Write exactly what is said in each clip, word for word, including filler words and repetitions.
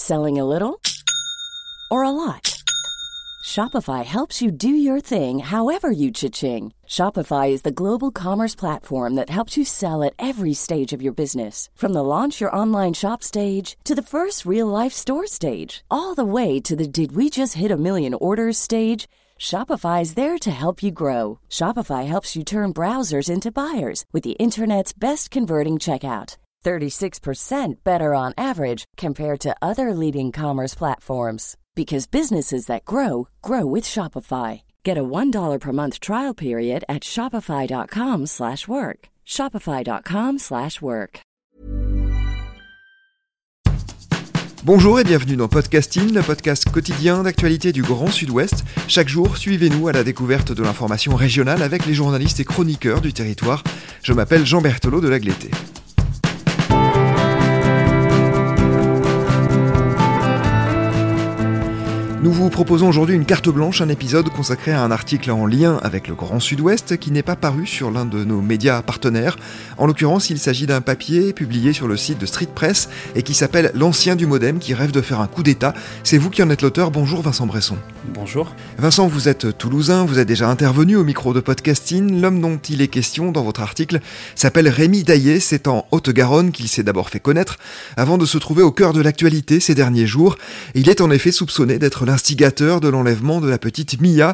Selling a little or a lot? Shopify helps you do your thing however you cha-ching. Shopify is the global commerce platform that helps you sell at every stage of your business. From the launch your online shop stage to the first real-life store stage, all the way to the did we just hit a million orders stage. Shopify is there to help you grow. Shopify helps you turn browsers into buyers with the internet's best converting checkout. thirty-six percent better on average compared to other leading commerce platforms. Because businesses that grow, grow with Shopify. Get a one dollar per month trial period at shopify.com slash work. Shopify.com slash work. Bonjour et bienvenue dans Podcasting, le podcast quotidien d'actualité du Grand Sud-Ouest. Chaque jour, suivez-nous à la découverte de l'information régionale avec les journalistes et chroniqueurs du territoire. Je m'appelle Jean Berthelot de Lagleté. Nous vous proposons aujourd'hui une carte blanche, un épisode consacré à un article en lien avec le Grand Sud-Ouest qui n'est pas paru sur l'un de nos médias partenaires. En l'occurrence, il s'agit d'un papier publié sur le site de Street Press et qui s'appelle « L'ancien du modem qui rêve de faire un coup d'État ». C'est vous qui en êtes l'auteur. Bonjour Vincent Bresson. Bonjour. Vincent, vous êtes toulousain, vous êtes déjà intervenu au micro de Podcasting. L'homme dont il est question dans votre article s'appelle Rémi Daillé. C'est en Haute-Garonne qu'il s'est d'abord fait connaître avant de se trouver au cœur de l'actualité ces derniers jours. Il est en effet soupçonné d'être l'instigateur de l'enlèvement de la petite Mia.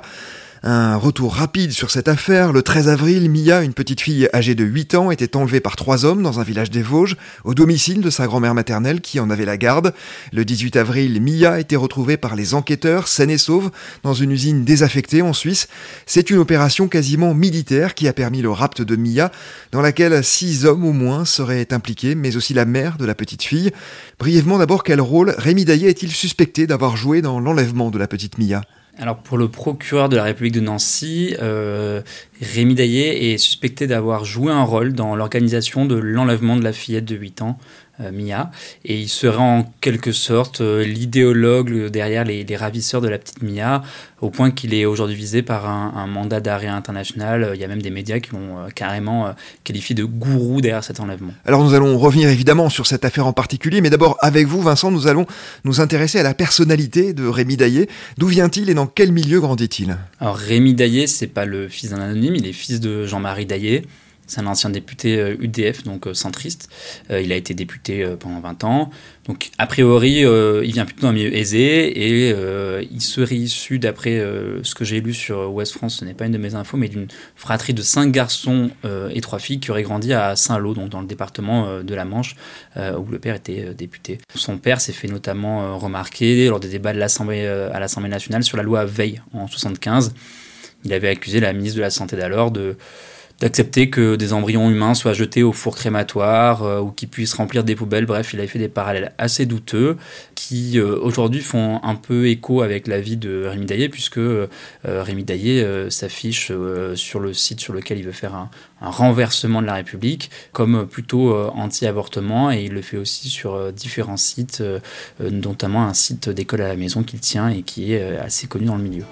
Un retour rapide sur cette affaire. Le treize avril, Mia, une petite fille âgée de huit ans, était enlevée par trois hommes dans un village des Vosges, au domicile de sa grand-mère maternelle qui en avait la garde. Le dix-huit avril, Mia était retrouvée par les enquêteurs, saine et sauve, dans une usine désaffectée en Suisse. C'est une opération quasiment militaire qui a permis le rapt de Mia, dans laquelle six hommes au moins seraient impliqués, mais aussi la mère de la petite fille. Brièvement d'abord, quel rôle Rémi Daillé est-il suspecté d'avoir joué dans l'enlèvement de la petite Mia ? Alors pour le procureur de la République de Nancy, euh, Rémi Daillé est suspecté d'avoir joué un rôle dans l'organisation de l'enlèvement de la fillette de huit ans, euh, Mia, et il serait en quelque sorte euh, l'idéologue derrière les, les ravisseurs de la petite Mia, au point qu'il est aujourd'hui visé par un, un mandat d'arrêt international. Il y a même des médias qui l'ont euh, carrément euh, qualifié de gourou derrière cet enlèvement. Alors nous allons revenir évidemment sur cette affaire en particulier, mais d'abord avec vous Vincent, nous allons nous intéresser à la personnalité de Rémi Daillé. D'où vient-il et dans quel milieu grandit-il ? Alors Rémi Daillé, c'est pas le fils d'un anonyme, il est fils de Jean-Marie Daillé. C'est un ancien député U D F, donc euh, centriste. Euh, il a été député euh, pendant vingt ans. Donc, a priori, euh, il vient plutôt d'un milieu aisé et euh, il serait issu, d'après euh, ce que j'ai lu sur Ouest France, ce n'est pas une de mes infos, mais d'une fratrie de cinq garçons euh, et trois filles qui auraient grandi à Saint-Lô, donc dans le département euh, de la Manche, euh, où le père était euh, député. Son père s'est fait notamment euh, remarquer lors des débats de l'Assemblée, euh, à l'Assemblée nationale sur la loi Veil en soixante-quinze. Il avait accusé la ministre de la Santé d'alors de d'accepter que des embryons humains soient jetés au four crématoire euh, ou qu'ils puissent remplir des poubelles. Bref, il avait fait des parallèles assez douteux qui, euh, aujourd'hui, font un peu écho avec la vie de Rémi Daillé, puisque euh, Rémi Daillé euh, s'affiche euh, sur le site sur lequel il veut faire un, un renversement de la République comme plutôt euh, anti-avortement, et il le fait aussi sur euh, différents sites, euh, notamment un site d'école à la maison qu'il tient et qui est euh, assez connu dans le milieu.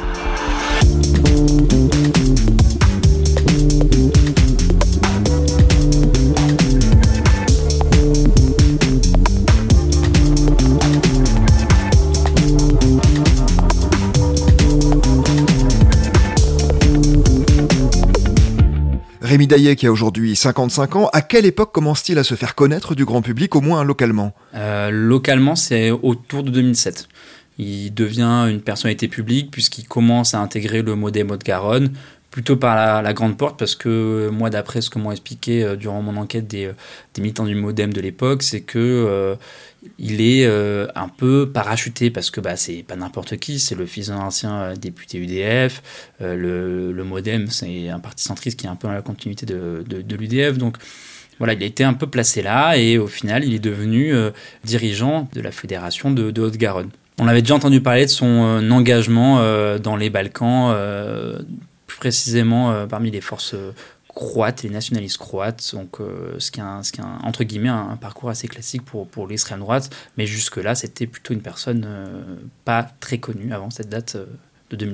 Rémi Daillé qui a aujourd'hui cinquante-cinq ans, à quelle époque commence-t-il à se faire connaître du grand public, au moins localement ? euh, Localement, c'est autour de deux mille sept. Il devient une personnalité publique puisqu'il commence à intégrer le Modem Haute-Garonne, plutôt par la, la grande porte, parce que moi, d'après ce que m'ont expliqué euh, durant mon enquête des, euh, des militants du Modem de l'époque, c'est que euh, il est euh, un peu parachuté, parce que bah, c'est pas n'importe qui, c'est le fils d'un ancien euh, député U D F, euh, le, le Modem, c'est un parti centriste qui est un peu dans la continuité de, de, de l'U D F, donc voilà, il a été un peu placé là, et au final, il est devenu euh, dirigeant de la fédération de, de Haute-Garonne. On avait déjà entendu parler de son euh, engagement euh, dans les Balkans, euh, plus précisément euh, parmi les forces euh, croates, les nationalistes croates, donc euh, ce qui est, un, ce qui est un, entre guillemets un, un parcours assez classique pour, pour l'extrême droite, mais jusque-là, c'était plutôt une personne euh, pas très connue avant cette date euh, de deux mille sept.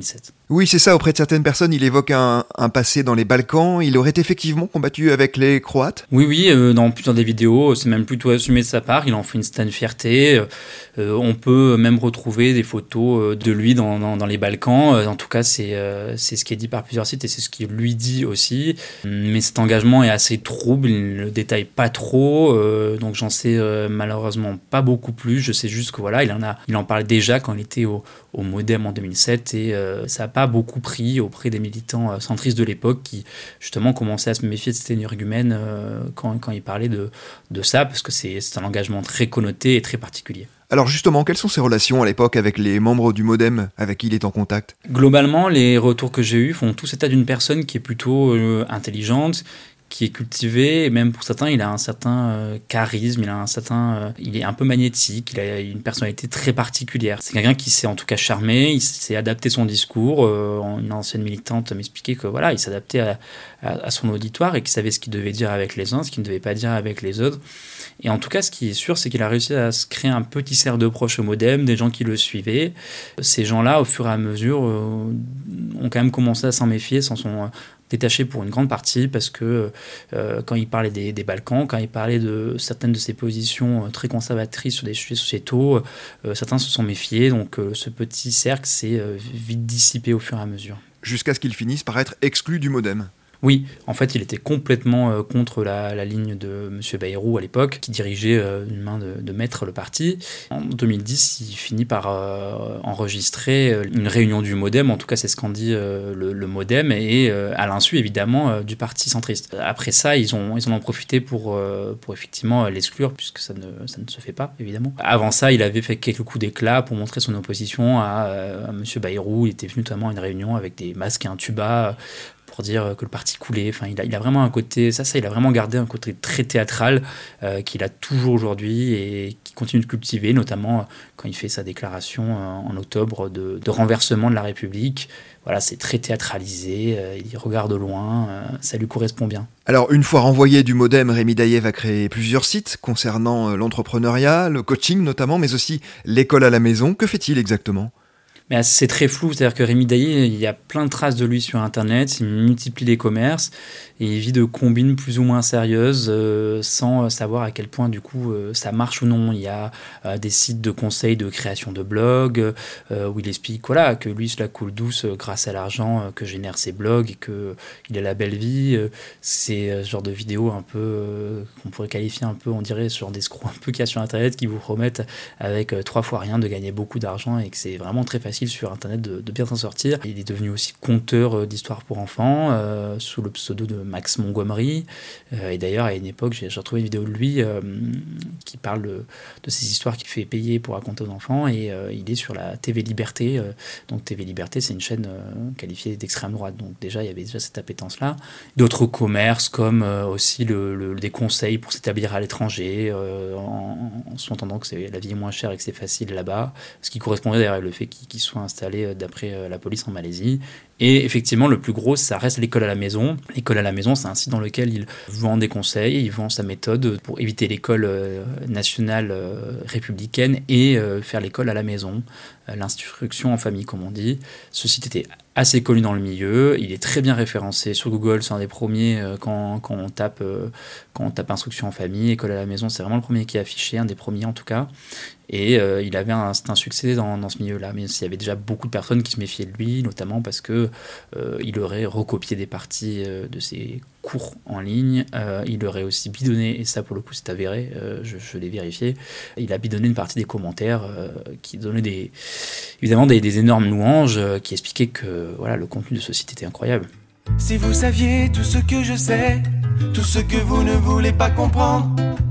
Oui, c'est ça. Auprès de certaines personnes, il évoque un, un passé dans les Balkans. Il aurait effectivement combattu avec les Croates. Oui, oui, euh, dans plusieurs des vidéos, c'est même plutôt assumé de sa part. Il en fait une certaine fierté. Euh, on peut même retrouver des photos de lui dans, dans, dans les Balkans. Euh, en tout cas, c'est, euh, c'est ce qui est dit par plusieurs sites et c'est ce qu'il lui dit aussi. Mais cet engagement est assez trouble. Il ne le détaille pas trop. Euh, donc, j'en sais euh, malheureusement pas beaucoup plus. Je sais juste que voilà, il en a, il en parlait déjà quand il était au, au Modem en deux mille sept et euh, ça a pas beaucoup pris auprès des militants euh, centristes de l'époque qui justement commençaient à se méfier de cet énergumène euh, quand, quand il parlait de, de ça parce que c'est, c'est un engagement très connoté et très particulier. Alors justement, quelles sont ses relations à l'époque avec les membres du Modem avec qui il est en contact ? Globalement, les retours que j'ai eus font tous état d'une personne qui est plutôt euh, intelligente, qui est cultivé, et même pour certains, il a un certain euh, charisme, il a un certain, euh, il est un peu magnétique, il a une personnalité très particulière. C'est quelqu'un qui s'est en tout cas charmé, il s'est adapté son discours. Euh, une ancienne militante m'expliquait que voilà, il s'adaptait à, à, à son auditoire et qu'il savait ce qu'il devait dire avec les uns, ce qu'il ne devait pas dire avec les autres. Et en tout cas, ce qui est sûr, c'est qu'il a réussi à se créer un petit cercle de proches au Modem, des gens qui le suivaient. Ces gens-là, au fur et à mesure, euh, ont quand même commencé à s'en méfier, s'en sont euh, détachés pour une grande partie, parce que euh, quand il parlait des, des Balkans, quand il parlait de certaines de ses positions très conservatrices sur des sujets sociétaux, euh, certains se sont méfiés. Donc euh, ce petit cercle s'est euh, vite dissipé au fur et à mesure. Jusqu'à ce qu'il finisse par être exclu du Modem. Oui, en fait, il était complètement euh, contre la, la ligne de M. Bayrou à l'époque, qui dirigeait euh, une main de, de maître le parti. En deux mille dix, il finit par euh, enregistrer euh, une réunion du Modem, en tout cas c'est ce qu'en dit euh, le, le Modem, et euh, à l'insu évidemment euh, du parti centriste. Après ça, ils, ont, ils en ont profité pour, euh, pour effectivement l'exclure, puisque ça ne, ça ne se fait pas, évidemment. Avant ça, il avait fait quelques coups d'éclat pour montrer son opposition à, à M. Bayrou. Il était venu notamment à une réunion avec des masques et un tuba, pour dire que le parti coulait. Enfin, il a, il a vraiment un côté, ça, ça, il a vraiment gardé un côté très théâtral euh, qu'il a toujours aujourd'hui et qui continue de cultiver, notamment euh, quand il fait sa déclaration euh, en octobre de, de renversement de la République. Voilà, c'est très théâtralisé, euh, il regarde au loin, euh, ça lui correspond bien. Alors, une fois renvoyé du Modem, Rémi Daillé va créer plusieurs sites concernant l'entrepreneuriat, le coaching notamment, mais aussi l'école à la maison. Que fait-il exactement ? Mais c'est très flou, c'est-à-dire que Rémi Daillé, il y a plein de traces de lui sur Internet, il multiplie les commerces et il vit de combines plus ou moins sérieuses euh, sans savoir à quel point du coup euh, ça marche ou non. Il y a euh, des sites de conseils de création de blogs euh, où il explique voilà, que lui cela coule douce euh, grâce à l'argent euh, que génèrent ses blogs et qu'il a la belle vie. Euh, c'est euh, ce genre de vidéos un peu euh, qu'on pourrait qualifier un peu, on dirait, ce genre d'escrocs un peu qu'il y a sur Internet qui vous promettent avec euh, trois fois rien de gagner beaucoup d'argent et que c'est vraiment très facile sur Internet de, de bien s'en sortir. Il est devenu aussi conteur d'histoires pour enfants euh, sous le pseudo de Max Montgomery. Euh, et d'ailleurs, à une époque, j'ai, j'ai retrouvé une vidéo de lui euh, qui parle de, de ces histoires qu'il fait payer pour raconter aux enfants. Et euh, il est sur la T V Liberté. Euh, donc T V Liberté, c'est une chaîne euh, qualifiée d'extrême droite. Donc déjà, il y avait déjà cette appétence-là. D'autres commerces, comme euh, aussi le, le, des conseils pour s'établir à l'étranger, euh, en, en sous-entendant que c'est, la vie est moins chère et que c'est facile là-bas. Ce qui correspondrait d'ailleurs au fait qu'il, qu'il soit installé d'après la police en Malaisie. Et effectivement, le plus gros, ça reste l'école à la maison. L'école à la maison, c'est un site dans lequel il vend des conseils, il vend sa méthode pour éviter l'école nationale républicaine et faire l'école à la maison, l'instruction en famille, comme on dit. Ce site était assez connu dans le milieu, il est très bien référencé sur Google, c'est un des premiers quand, quand, on tape, quand on tape instruction en famille, école à la maison, c'est vraiment le premier qui est affiché, un des premiers en tout cas. Et euh, il avait un, un succès dans, dans ce milieu-là. Mais il y avait déjà beaucoup de personnes qui se méfiaient de lui, notamment parce qu'il euh, aurait recopié des parties euh, de ses cours en ligne. Euh, il aurait aussi bidonné, et ça pour le coup c'est avéré, euh, je, je l'ai vérifié, il a bidonné une partie des commentaires euh, qui donnaient des, évidemment des, des énormes louanges euh, qui expliquaient que voilà, le contenu de ce site était incroyable. Si vous saviez tout ce que je sais, tout ce que vous ne voulez pas comprendre,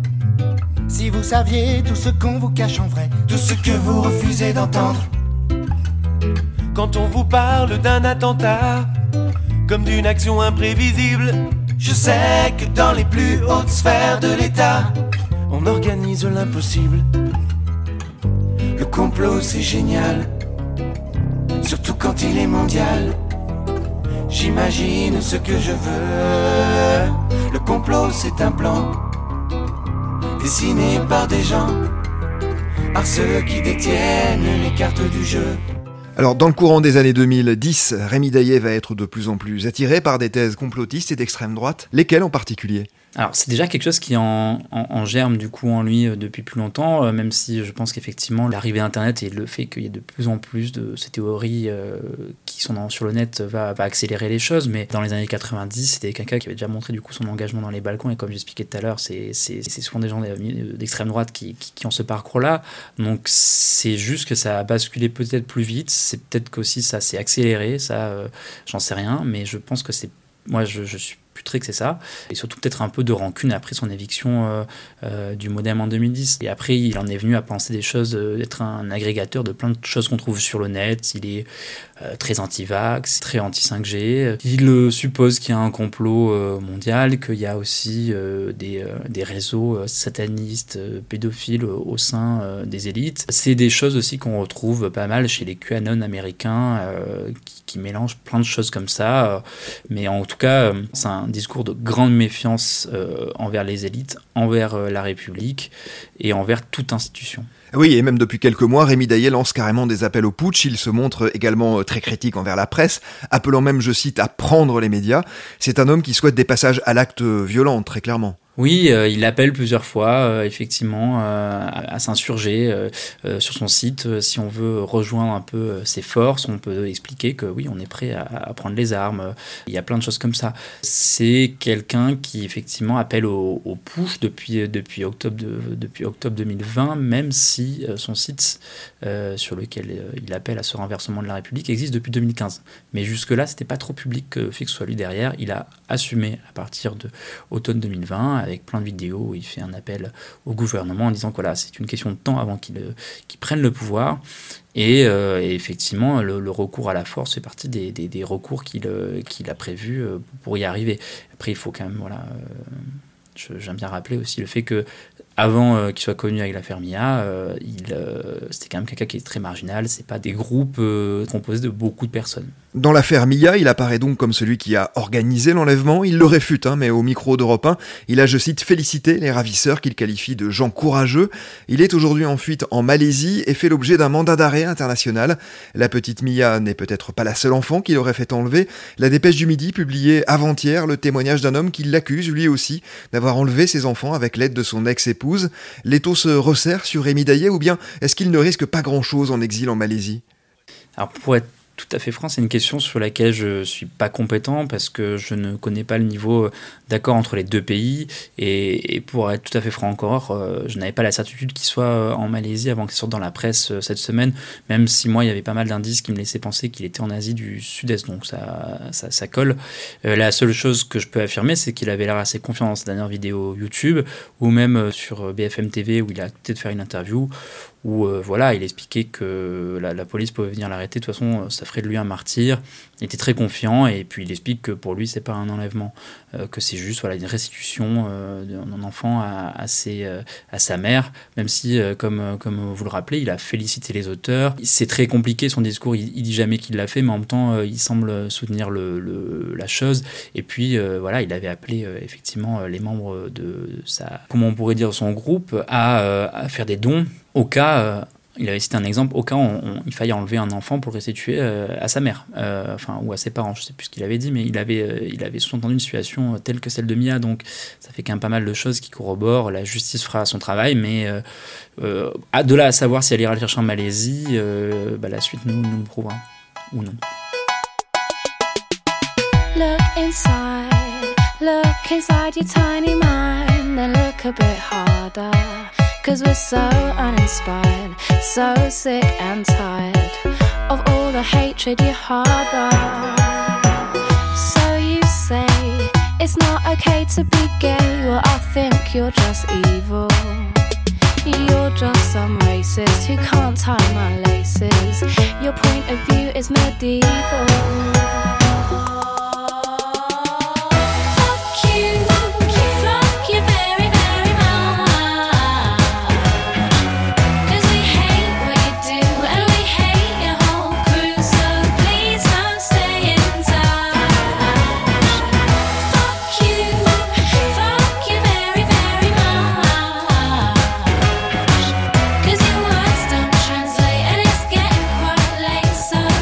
si vous saviez tout ce qu'on vous cache en vrai, tout ce que vous refusez d'entendre. Quand on vous parle d'un attentat, comme d'une action imprévisible, je sais que dans les plus hautes sphères de l'État, on organise l'impossible. Le complot c'est génial, surtout quand il est mondial. J'imagine ce que je veux. Le complot c'est un plan dessiné par des gens, par ceux qui détiennent les cartes du jeu. Alors, dans le courant des années deux mille dix, Rémi Daillé va être de plus en plus attiré par des thèses complotistes et d'extrême droite. Lesquelles en particulier ? Alors, c'est déjà quelque chose qui est en, en, en germe du coup en lui euh, depuis plus longtemps, euh, même si je pense qu'effectivement l'arrivée d'Internet et le fait qu'il y ait de plus en plus de ces théories euh, qui sont dans, sur le net va, va accélérer les choses. Mais dans les années quatre-vingt-dix, c'était quelqu'un qui avait déjà montré du coup son engagement dans les balcons, et comme j'expliquais tout à l'heure, c'est, c'est, c'est souvent des gens d'extrême droite qui, qui, qui ont ce parcours-là. Donc c'est juste que ça a basculé peut-être plus vite, c'est peut-être qu'aussi ça s'est accéléré, ça euh, j'en sais rien, mais je pense que c'est... Moi je, je suis putré que c'est ça, et surtout peut-être un peu de rancune après son éviction euh, euh, du Modem en deux mille dix. Et après, il en est venu à penser des choses, euh, d'être un agrégateur de plein de choses qu'on trouve sur le net. Il est euh, très anti-vax, très anti cinq G. Il euh, suppose qu'il y a un complot euh, mondial, qu'il y a aussi euh, des, euh, des réseaux euh, satanistes, euh, pédophiles euh, au sein euh, des élites. C'est des choses aussi qu'on retrouve pas mal chez les QAnon américains, euh, qui, qui mélangent plein de choses comme ça. Euh, mais en tout cas, euh, c'est un Un discours de grande méfiance euh, envers les élites, envers euh, la République et envers toute institution. Oui, et même depuis quelques mois, Rémi Daillé lance carrément des appels au putsch. Il se montre également très critique envers la presse, appelant même, je cite, à prendre les médias. C'est un homme qui souhaite des passages à l'acte violent, très clairement. Oui, euh, il appelle plusieurs fois, euh, effectivement, euh, à, à s'insurger euh, euh, sur son site. Euh, si on veut rejoindre un peu euh, ses forces, on peut expliquer que oui, on est prêt à, à prendre les armes. Il y a plein de choses comme ça. C'est quelqu'un qui, effectivement, appelle au, au push depuis, depuis, octobre de, depuis octobre deux mille vingt, même si euh, son site euh, sur lequel euh, il appelle à ce renversement de la République existe depuis deux mille quinze. Mais jusque-là, c'était pas trop public que, fait que ce soit lui derrière. Il a assumé à partir de automne deux mille vingt, avec plein de vidéos où il fait un appel au gouvernement en disant que voilà, c'est une question de temps avant qu'il, qu'il prenne le pouvoir. Et, euh, et effectivement, le, le recours à la force fait partie des, des, des recours qu'il, qu'il a prévus pour y arriver. Après, il faut quand même, voilà, euh, je, j'aime bien rappeler aussi le fait que avant euh, qu'il soit connu avec l'affaire Mia, euh, il, euh, c'était quand même quelqu'un qui est très marginal. C'est pas des groupes euh, composés de beaucoup de personnes. Dans l'affaire Mia, il apparaît donc comme celui qui a organisé l'enlèvement. Il le réfute, hein, mais au micro d'Europe un, il a, je cite, félicité les ravisseurs qu'il qualifie de gens courageux. Il est aujourd'hui en fuite en Malaisie et fait l'objet d'un mandat d'arrêt international. La petite Mia n'est peut-être pas la seule enfant qu'il aurait fait enlever. La Dépêche du Midi publiait avant-hier le témoignage d'un homme qui l'accuse, lui aussi, d'avoir enlevé ses enfants avec l'aide de son ex-épouse. L'étau se resserre sur Rémi Daillé, ou bien est-ce qu'il ne risque pas grand-chose en exil en Malaisie ? Alors pour être tout à fait franc, c'est une question sur laquelle je ne suis pas compétent parce que je ne connais pas le niveau d'accord entre les deux pays, et, et pour être tout à fait franc encore, euh, je n'avais pas la certitude qu'il soit en Malaisie avant qu'il sorte dans la presse euh, cette semaine, même si moi il y avait pas mal d'indices qui me laissaient penser qu'il était en Asie du Sud-Est, donc ça, ça, ça colle. Euh, la seule chose que je peux affirmer, c'est qu'il avait l'air assez confiant dans sa dernière vidéo YouTube, ou même sur B F M T V où il a accepté de faire une interview où euh, voilà, il expliquait que la, la police pouvait venir l'arrêter, de toute façon ça ferait de lui un martyr. Il était très confiant, et puis il explique que pour lui c'est pas un enlèvement, euh, que c'est juste voilà, une restitution euh, d'un enfant à, à, ses, euh, à sa mère, même si euh, comme, comme vous le rappelez, il a félicité les auteurs. C'est très compliqué son discours, il, il dit jamais qu'il l'a fait, mais en même temps euh, il semble soutenir le, le, la chose, et puis euh, voilà, il avait appelé euh, effectivement les membres de sa, comment on pourrait dire, son groupe à, euh, à faire des dons au cas, euh, il avait cité un exemple, au cas où on, on, il faille enlever un enfant pour le restituer euh, à sa mère, euh, enfin, ou à ses parents, je ne sais plus ce qu'il avait dit, mais il avait, euh, il avait sous-entendu une situation telle que celle de Mia, donc ça fait quand même pas mal de choses qui corroborent. La justice fera son travail, mais euh, euh, de là à savoir si elle ira le chercher en Malaisie, euh, bah, la suite nous, nous le prouvera, ou non. Look inside, look inside your tiny mind, then look a bit harder. Cause we're so uninspired, so sick and tired of all the hatred you harbor. So you say it's not okay to be gay, well I think you're just evil. You're just some racist who can't tie my laces. Your point of view is medieval. So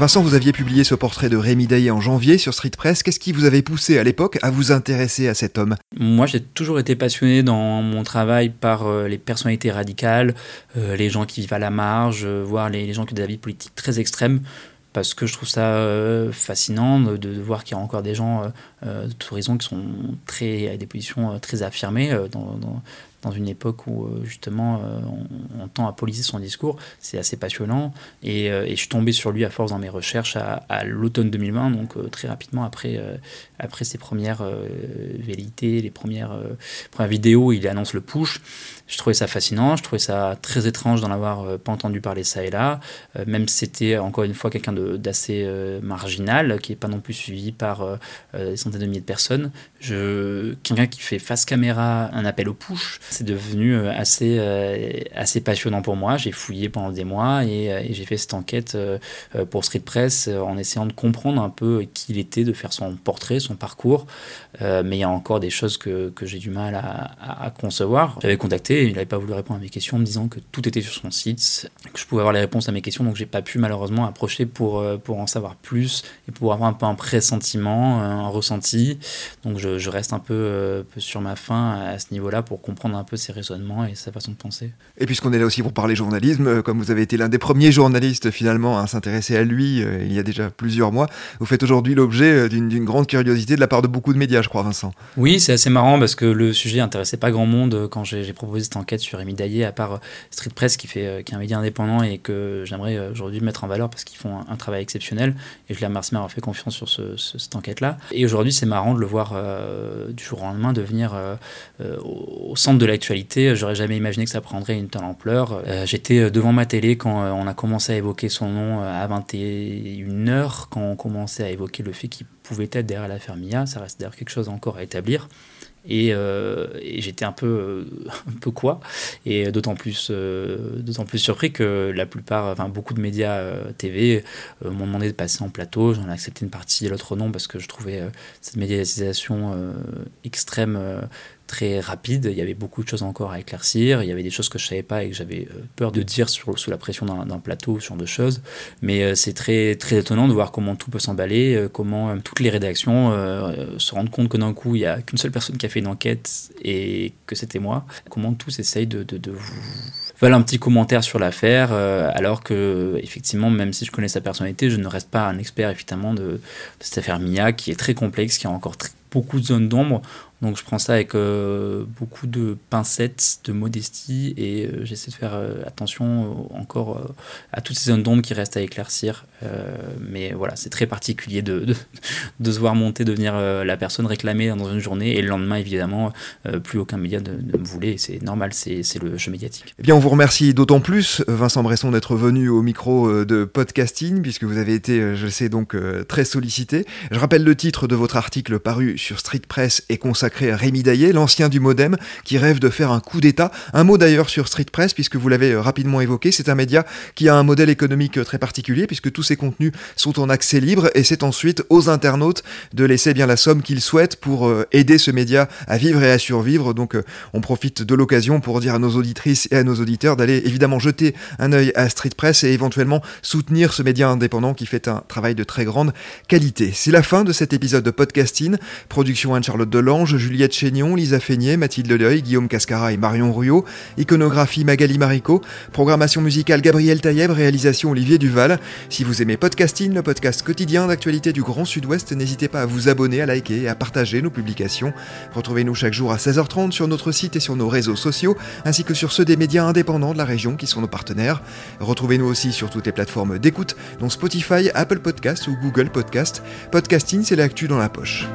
Vincent, vous aviez publié ce portrait de Rémi Daillé en janvier sur Street Press. Qu'est-ce qui vous avait poussé à l'époque à vous intéresser à cet homme ? Moi, j'ai toujours été passionné dans mon travail par euh, les personnalités radicales, euh, les gens qui vivent à la marge, euh, voire les, les gens qui ont des avis politiques très extrêmes. Parce que je trouve ça euh, fascinant de, de voir qu'il y a encore des gens euh, de tous horizons qui sont très, à des positions euh, très affirmées euh, dans, dans, dans une époque où euh, justement euh, on, on tend à poliser son discours. C'est assez passionnant et, euh, et je suis tombé sur lui à force dans mes recherches à, à l'automne deux mille vingt, donc euh, très rapidement après, euh, après ses premières euh, velléités, les premières, euh, premières vidéos, il annonce le push. Je trouvais ça fascinant, je trouvais ça très étrange d'en avoir euh, pas entendu parler ça et là, euh, même si c'était encore une fois quelqu'un de, d'assez euh, marginal, qui n'est pas non plus suivi par euh, des centaines de milliers de personnes. Je, quelqu'un qui fait face caméra un appel au push, c'est devenu euh, assez, euh, assez passionnant pour moi. J'ai fouillé pendant des mois et, euh, et j'ai fait cette enquête euh, pour Street Press euh, en essayant de comprendre un peu qui il était, de faire son portrait, son parcours, euh, mais il y a encore des choses que, que j'ai du mal à, à, à concevoir. J'avais contacté, il n'avait pas voulu répondre à mes questions en me disant que tout était sur son site, que je pouvais avoir les réponses à mes questions, donc j'ai pas pu malheureusement approcher pour, pour en savoir plus et pour avoir un peu un pressentiment, un ressenti. Donc je, je reste un peu, euh, peu sur ma faim à ce niveau-là pour comprendre un peu ses raisonnements et sa façon de penser. Et puisqu'on est là aussi pour parler journalisme, comme vous avez été l'un des premiers journalistes finalement à s'intéresser à lui euh, il y a déjà plusieurs mois, vous faites aujourd'hui l'objet d'une, d'une grande curiosité de la part de beaucoup de médias, je crois, Vincent. Oui, c'est assez marrant parce que le sujet n'intéressait pas grand monde quand j'ai, j'ai proposé cette enquête sur Rémi Daillé, à part Street Press qui, fait, qui est un média indépendant et que j'aimerais aujourd'hui mettre en valeur parce qu'ils font un, un travail exceptionnel et je les remercie de m'avoir fait confiance sur ce, ce, cette enquête-là. Et aujourd'hui, c'est marrant de le voir euh, du jour au lendemain devenir euh, euh, au centre de l'actualité. J'aurais jamais imaginé que ça prendrait une telle ampleur. Euh, j'étais devant ma télé quand euh, on a commencé à évoquer son nom à vingt et une heures, quand on commençait à évoquer le fait qu'il pouvait être derrière l'affaire Mia. Ça reste d'ailleurs quelque chose encore à établir. Et, euh, et j'étais un peu, euh, un peu quoi, et d'autant plus, euh, d'autant plus surpris que la plupart, enfin beaucoup de médias euh, T V euh, m'ont demandé de passer en plateau. J'en ai accepté une partie et l'autre non parce que je trouvais euh, cette médiatisation euh, extrême euh, très rapide. Il y avait beaucoup de choses encore à éclaircir. Il y avait des choses que je savais pas et que j'avais peur de dire sur, sous la pression d'un, d'un plateau, ce genre de choses. Mais euh, c'est très, très étonnant de voir comment tout peut s'emballer, euh, comment euh, toutes les rédactions euh, se rendent compte que d'un coup, il n'y a qu'une seule personne qui a fait une enquête et que c'était moi. Comment tous essayent de, de, de vous veulent un petit commentaire sur l'affaire, euh, alors que, effectivement, même si je connais sa personnalité, je ne reste pas un expert, évidemment, de, de cette affaire Mia, qui est très complexe, qui a encore très, beaucoup de zones d'ombre. Donc je prends ça avec euh, beaucoup de pincettes, de modestie, et euh, j'essaie de faire euh, attention euh, encore euh, à toutes ces zones d'ombre qui restent à éclaircir. Euh, mais voilà, c'est très particulier de, de, de se voir monter, devenir euh, la personne réclamée dans une journée, et le lendemain, évidemment, euh, plus aucun média ne, ne me voulait. Et c'est normal, c'est, c'est le jeu médiatique. Eh bien, on vous remercie d'autant plus, Vincent Bresson, d'être venu au micro de Podcasting, puisque vous avez été, je sais, donc très sollicité. Je rappelle le titre de votre article paru sur Street Press et consacré à Rémi Daillé, l'ancien du Modem, qui rêve de faire un coup d'État. Un mot d'ailleurs sur Street Press, puisque vous l'avez rapidement évoqué, c'est un média qui a un modèle économique très particulier, puisque tous ses contenus sont en accès libre, et c'est ensuite aux internautes de laisser bien la somme qu'ils souhaitent pour aider ce média à vivre et à survivre. Donc on profite de l'occasion pour dire à nos auditrices et à nos auditeurs d'aller évidemment jeter un œil à Street Press et éventuellement soutenir ce média indépendant qui fait un travail de très grande qualité. C'est la fin de cet épisode de Podcasting. Production Anne-Charlotte Delange, Juliette Chénion, Lisa Feignet, Mathilde Leleuil, Guillaume Cascara et Marion Ruot. Iconographie Magali Marico. Programmation musicale Gabriel Taïeb. Réalisation Olivier Duval. Si vous aimez Podcasting, le podcast quotidien d'actualité du Grand Sud-Ouest, n'hésitez pas à vous abonner, à liker et à partager nos publications. Retrouvez-nous chaque jour à seize heures trente sur notre site et sur nos réseaux sociaux, ainsi que sur ceux des médias indépendants de la région qui sont nos partenaires. Retrouvez-nous aussi sur toutes les plateformes d'écoute, dont Spotify, Apple Podcasts ou Google Podcasts. Podcasting, c'est l'actu dans la poche.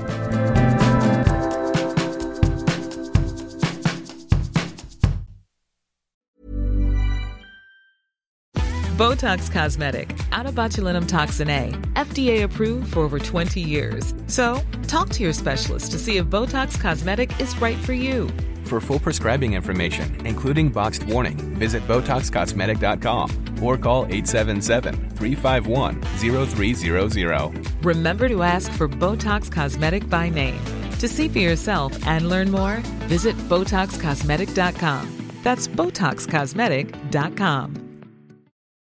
Botox Cosmetic, out of botulinum toxin A, F D A approved for over twenty years. So, talk to your specialist to see if Botox Cosmetic is right for you. For full prescribing information, including boxed warning, visit Botox Cosmetic dot com or call eight seven seven, three five one, zero three zero zero. Remember to ask for Botox Cosmetic by name. To see for yourself and learn more, visit Botox Cosmetic dot com. That's Botox Cosmetic dot com.